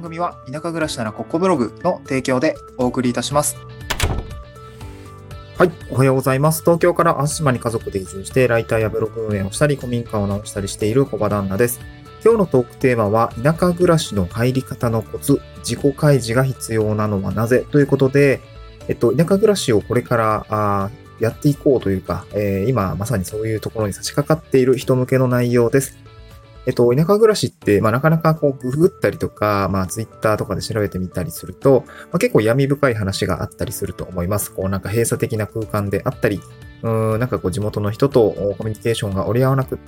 番組は田舎暮らしならここブログの提供でお送りいたします。はい、おはようございます。東京から淡路島に家族で移住してライターやブログ運営をしたり古民家を直したりしている小場旦那です。今日のトークテーマは田舎暮らしの入り方のコツ、自己開示が必要なのはなぜということで、田舎暮らしをこれからやっていこうというか、今まさにそういうところに差し掛かっている人向けの内容です。田舎暮らしって、なかなかググったりとか、ツイッターとかで調べてみたりすると、結構闇深い話があったりすると思います。閉鎖的な空間であったり、地元の人とコミュニケーションが折り合わなくって、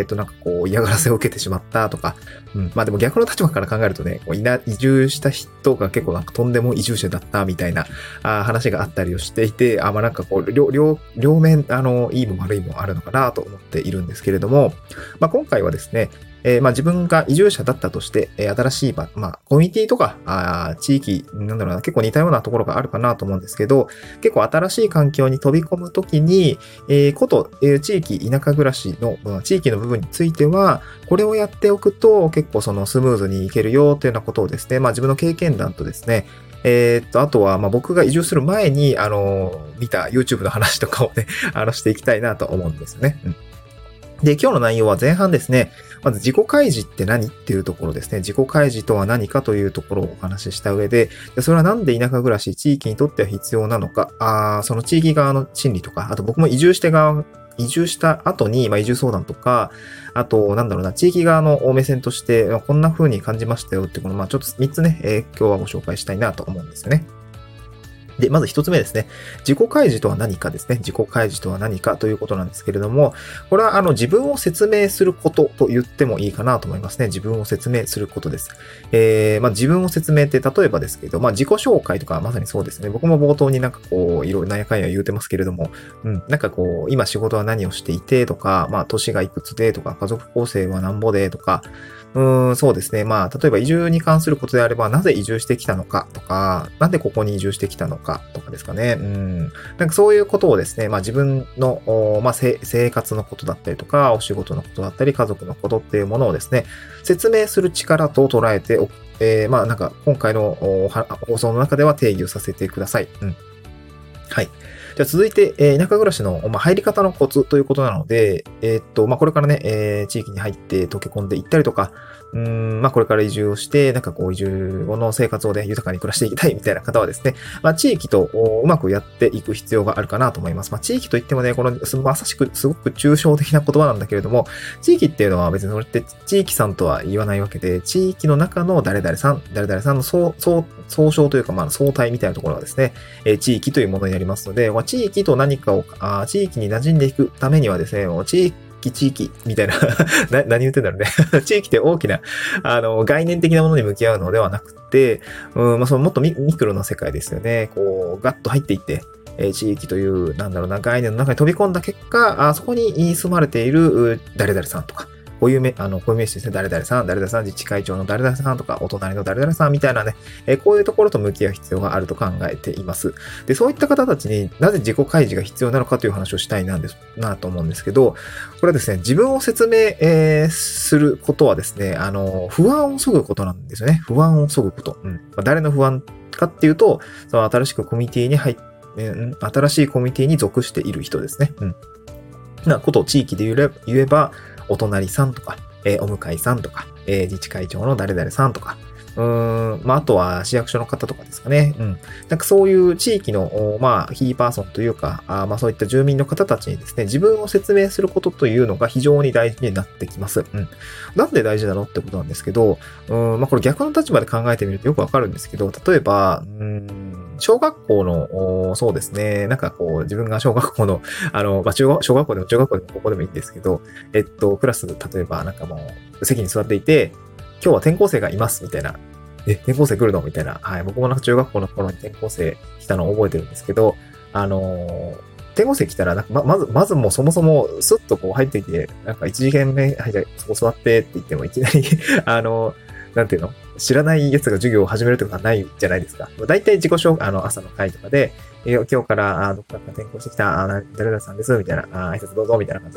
嫌がらせを受けてしまったとか、でも逆の立場から考えるとね、移住した人が結構とんでも移住者だったみたいな話があったりをしていて、両面、いいも悪いもあるのかなと思っているんですけれども、今回はですね、自分が移住者だったとして、新しいコミュニティとか、地域、結構似たようなところがあるかなと思うんですけど、結構新しい環境に飛び込むときに、地域、田舎暮らしの、地域の部分については、これをやっておくと、結構スムーズにいけるよというようなことをですね、自分の経験談とですね、あとは、僕が移住する前に、見た YouTube の話とかをね、していきたいなと思うんですよね。で、今日の内容は前半ですね、まず自己開示って何っていうところですね。自己開示とは何かというところをお話しした上で、それはなんで田舎暮らし、地域にとっては必要なのか、その地域側の心理とか、あと僕も移住した後に、移住相談とか、あと、地域側の目線として、こんな風に感じましたよって、ちょっと3つね、今日はご紹介したいなと思うんですよね。で、まず一つ目ですね。自己開示とは何かですね。自己開示とは何かということなんですけれども、これは自分を説明することと言ってもいいかなと思いますね。自分を説明することです。自分を説明って例えばですけど、自己紹介とかまさにそうですね。僕も冒頭にいろいろなんやかんや言うてますけれども、今仕事は何をしていてとか、年がいくつでとか、家族構成はなんぼでとか、そうですね。例えば移住に関することであれば、なぜ移住してきたのかとか、なんでここに移住してきたのかとかですかね。そういうことをですね、自分の、生活のことだったりとか、お仕事のことだったり、家族のことっていうものをですね、説明する力と捉えておく。今回の放送の中では定義をさせてください。はい。じゃあ続いて、田舎暮らしの、入り方のコツということなので、これからね、地域に入って溶け込んでいったりとか、これから移住をして、移住後の生活をね、豊かに暮らしていきたいみたいな方はですね、地域とうまくやっていく必要があるかなと思います。地域といってもね、まさしくすごく抽象的な言葉なんだけれども、地域っていうのは別にそれって地域さんとは言わないわけで、地域の中の誰々さんの総称というか、総体みたいなところがですね、地域というものになりますので、地域と何かを、地域に馴染んでいくためにはですね、地域みたいな何言ってんだろうね地域って大きな概念的なものに向き合うのではなくて、もっとミクロな世界ですよね。ガッと入っていって、地域という概念の中に飛び込んだ結果、そこに住まれている誰々さんとか、こういう名詞ですね。誰々さん、自治会長の誰々さんとか、お隣の誰々さんみたいなね、こういうところと向き合う必要があると考えています。で、そういった方たちになぜ自己開示が必要なのかという話をしたいなと思うんですけど、これはですね、自分を説明、することはですね、不安を削ぐことなんですよね。不安を削ぐこと。誰の不安かっていうと、その新しいコミュニティに属している人ですね。なことを地域で言えば、お隣さんとか、お向かいさんとか、自治会長の誰々さんとか、あとは市役所の方とかですかね。そういう地域の、キーパーソンというか、そういった住民の方たちにですね、自分を説明することというのが非常に大事になってきます。なんで大事なのってことなんですけど、これ逆の立場で考えてみるとよくわかるんですけど、例えば、小学校の、そうですね、自分が小学校の、小学校でも中学校でもここでもいいんですけど、クラス、例えば席に座っていて、今日は転校生がいますみたいな。転校生来るのみたいな。はい。僕も中学校の頃に転校生来たのを覚えてるんですけど、転校生来たら、まずもうそもそもスッと入ってきて、一次元目、はい、じゃあそこ座ってって言ってもいきなりなんていうの知らない奴が授業を始めるってことはないじゃないですか。だいたい自己紹介、朝の会とかで、今日から、どっかから転校してきた、誰々さんです、みたいな、挨拶どうぞ、みたいな感じで、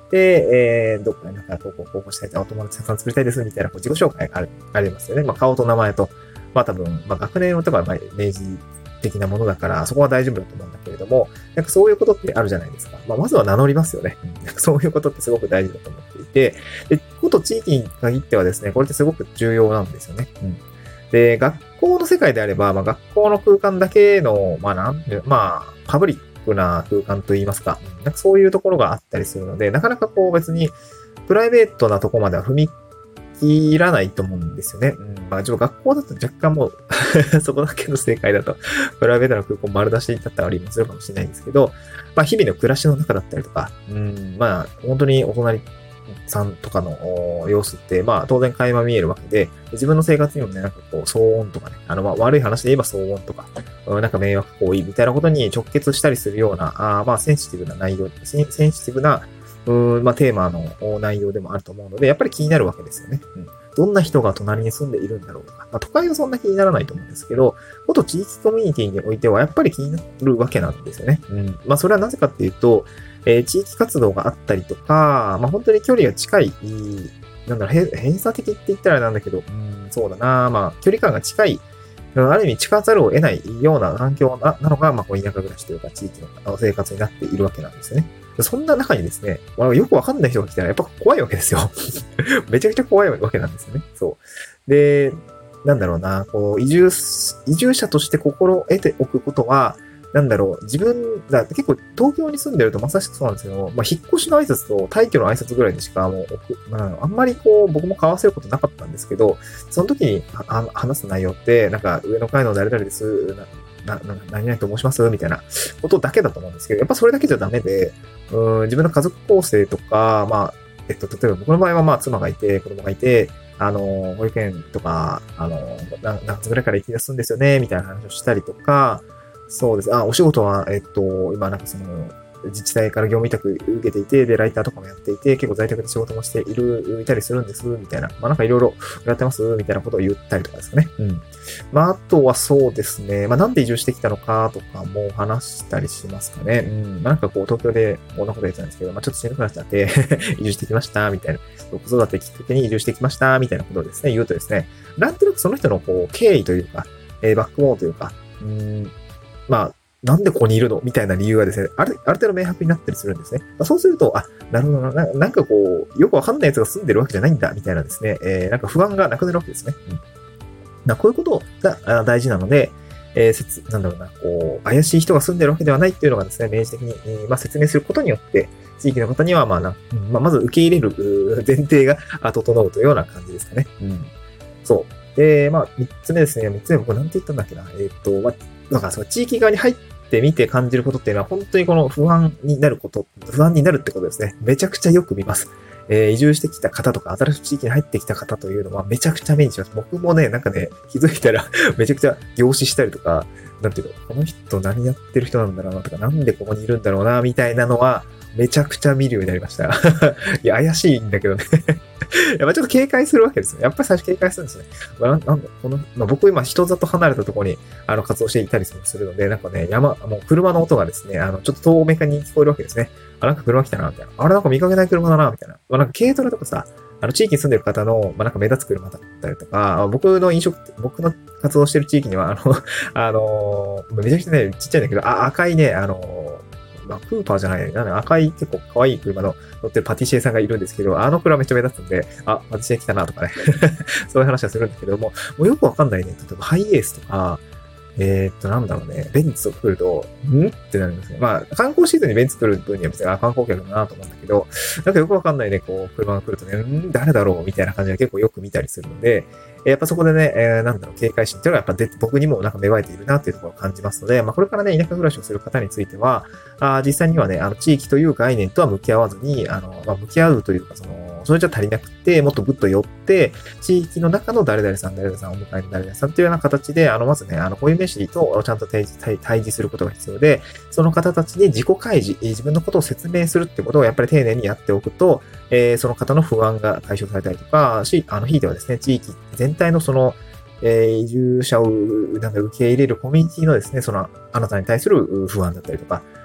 で、どっかになんかこうしたいと、お友達たくさん作りたいです、みたいな自己紹介がありますよね。まあ、顔と名前と、まあ多分、まあ学年とかは明示的なものだから、そこは大丈夫だと思うんだけれども、なんかそういうことってあるじゃないですか。まあまずは名乗りますよね。そういうことってすごく大事だと思っていて、で、こと地域に限ってはですね、これってすごく重要なんですよね。で、学校の世界であれば、まあ学校の空間だけの、まあパブリックな空間といいますか、なんかそういうところがあったりするので、なかなかこう別にプライベートなところまでは踏み切らないと思うんですよね。まあ、学校だと若干もうそこだけの正解だと、プライベートな空港丸出しだったりもするかもしれないんですけど、まあ、日々の暮らしの中だったりとか、まあ、本当にお隣さんとかの様子って、まあ、当然垣間見えるわけで、自分の生活にもね、なんかこう、騒音とかね、まあ、悪い話で言えば騒音とか、なんか迷惑行為みたいなことに直結したりするような、まあ、センシティブな内容、センシティブなまあ、テーマの内容でもあると思うので、やっぱり気になるわけですよね。どんな人が隣に住んでいるんだろうとか。まあ、都会はそんな気にならないと思うんですけど、元地域コミュニティにおいてはやっぱり気になるわけなんですよね。まあ、それはなぜかっていうと、地域活動があったりとか、まあ、本当に距離が近い、なんだろう、閉鎖的って言ったらなんだけど、そうだな、まあ、距離感が近い、ある意味近ざるを得ないような環境なのが、まあ、こう田舎暮らしというか地域の生活になっているわけなんですよね。そんな中にですね、よくわかんない人が来たらやっぱ怖いわけですよ。めちゃくちゃ怖いわけなんですよね。そう。で、なんだろうな、こう、移住者として心得ておくことは、なんだろう、自分が結構東京に住んでるとまさしくそうなんですけど、まあ、引っ越しの挨拶と退去の挨拶ぐらいでしかもう、あんまりこう、僕も交わせることなかったんですけど、その時に話す内容って、なんか上の階の誰々です、何々と申しますみたいなことだけだと思うんですけど、やっぱそれだけじゃダメで、自分の家族構成とか、まあ、例えば僕の場合はまあ妻がいて、子供がいて、保育園とか、何月ぐらいから行き出すんですよね、みたいな話をしたりとか、そうです。お仕事は、今なんか自治体から業務委託受けていて、で、ライターとかもやっていて、結構在宅で仕事もしていたりするんです、みたいな。まあなんかいろいろやってます、みたいなことを言ったりとかですかね。まああとはそうですね。まあなんで移住してきたのかとかも話したりしますかね。まあなんかこう東京でこんなこと言ってたんですけど、まあちょっとしんどくなっちゃって移住してきました、みたいな。子育てきっかけに移住してきました、みたいなことをですね、言うとですね、なんとなくその人のこう経緯というか、バックボーンというか、まあ、なんでここにいるのみたいな理由がですね、ある程度明白になったりするんですね。そうすると、なるほどな、なんかこう、よくわかんない奴が住んでるわけじゃないんだ、みたいなですね、なんか不安がなくなるわけですね。こういうことが大事なので、なんだろうな、こう、怪しい人が住んでるわけではないっていうのがですね、明示的に、まあ、説明することによって、地域の方には、まあ、まず受け入れる前提が整うというような感じですかね。そう。で、まあ、三つ目ですね。三つ目、僕なんて言ったんだっけな。まあ、だからその地域側に入ってみて感じることっていうのは、本当にこの不安になるってことですね。めちゃくちゃよく見ます。移住してきた方とか、新しい地域に入ってきた方というのはめちゃくちゃ目にします。僕もね、なんかね、気づいたらめちゃくちゃ凝視したりとか、なんていうの、この人何やってる人なんだろうなとか、なんでここにいるんだろうな、みたいなのは、めちゃくちゃ見るようになりました。いや、怪しいんだけどね。やっぱちょっと警戒するわけですよ。やっぱり最初警戒するんですね。僕今人里離れたところに、活動していたりするので、なんかね、もう車の音がですね、ちょっと遠目かに聞こえるわけですね。なんか車来たな、みたいな。あれなんか見かけない車だな、みたいな。なんか軽トラとかさ、地域に住んでる方の、なんか目立つ車だったりとか、僕の活動してる地域には、めちゃくちゃね、ちっちゃいんだけど、赤いね、クーパーじゃない、赤い結構可愛い車の乗ってるパティシエさんがいるんですけど、車めっちゃ目立つんで、パティシエ来たなとかね。そういう話はするんだけどもうよくわかんないね。例えばハイエースとか、なんだろうね、ベンツとか来ると、ってなるんですね。まあ、観光シーズンにベンツ来る分には別に観光客だなと思うんだけど、なんかよくわかんないね、こう、車が来るとね、誰だろうみたいな感じで結構よく見たりするので、やっぱそこでね、警戒心っていうのがやっぱ僕にもなんか芽生えているなっていうところを感じますので、これからね、田舎暮らしをする方については、実際にはね、地域という概念とは向き合わずに、向き合うというか、それじゃ足りなくて、もっとぐっと寄って、地域の中の誰々さん、お迎えの誰々さんというような形で、まずね、こういう名詞とちゃんと対峙することが必要で、その方たちに自己開示、自分のことを説明するってことをやっぱり丁寧にやっておくと、その方の不安が解消されたりとか、ひいてはですね、地域全体の移住者を受け入れるコミュニティのですね、あなたに対する不安だったりとか、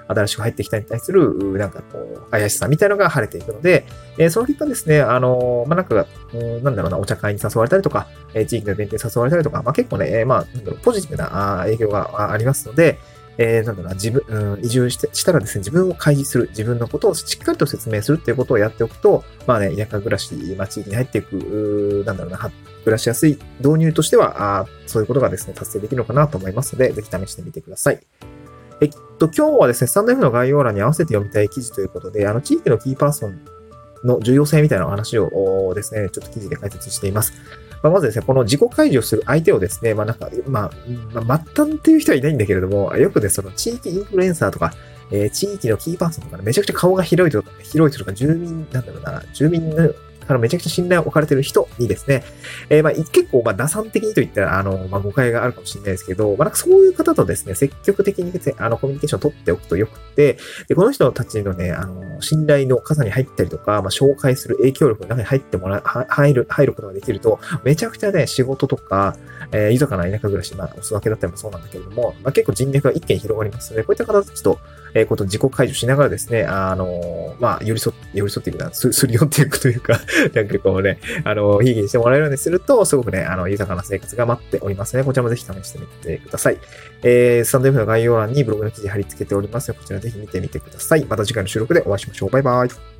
新しく入ってきたに対する、なんかこう、怪しさみたいなのが晴れていくので、その結果ですね、なんか、なんだろうな、お茶会に誘われたりとか、地域のイベントに誘われたりとか、結構ね、なんだろう、ポジティブな影響がありますので、なんだろうな、移住したらですね、自分を開示する、自分のことをしっかりと説明するっていうことをやっておくと、田舎暮らし、地域に入っていく、なんだろうな、暮らしやすい導入としては、そういうことがですね、達成できるのかなと思いますので、ぜひ試してみてください。今日はですね、スタンド F の概要欄に合わせて読みたい記事ということで、地域のキーパーソンの重要性みたいな話をですね、ちょっと記事で解説しています。まずですね、この自己開示をする相手をですね、末端っていう人はいないんだけれども、よくね、その地域インフルエンサーとか、地域のキーパーソンとかね、めちゃくちゃ顔が広いとか、住民からめちゃくちゃ信頼を置かれている人にですね、結構、打算的にといったら、誤解があるかもしれないですけど、なんかそういう方とですね、積極的にですね、コミュニケーションを取っておくとよくて、で、この人たちのね、信頼の傘に入ったりとか、紹介する影響力の中に入ることができると、めちゃくちゃね、仕事とか、豊かな田舎暮らし、お裾分けだったりもそうなんだけれども、結構人脈が一気に広がりますので、こういった方たちと、こと自己解除しながらですね、寄り添っていくな、すり寄っていくというか、なんかこうね、ひいきにしてもらえるようにすると、すごくね、豊かな生活が待っておりますね。こちらもぜひ試してみてください。スタンド F の概要欄にブログの記事貼り付けておりますので、こちらぜひ見てみてください。また次回の収録でお会いしましょう。バイバイ。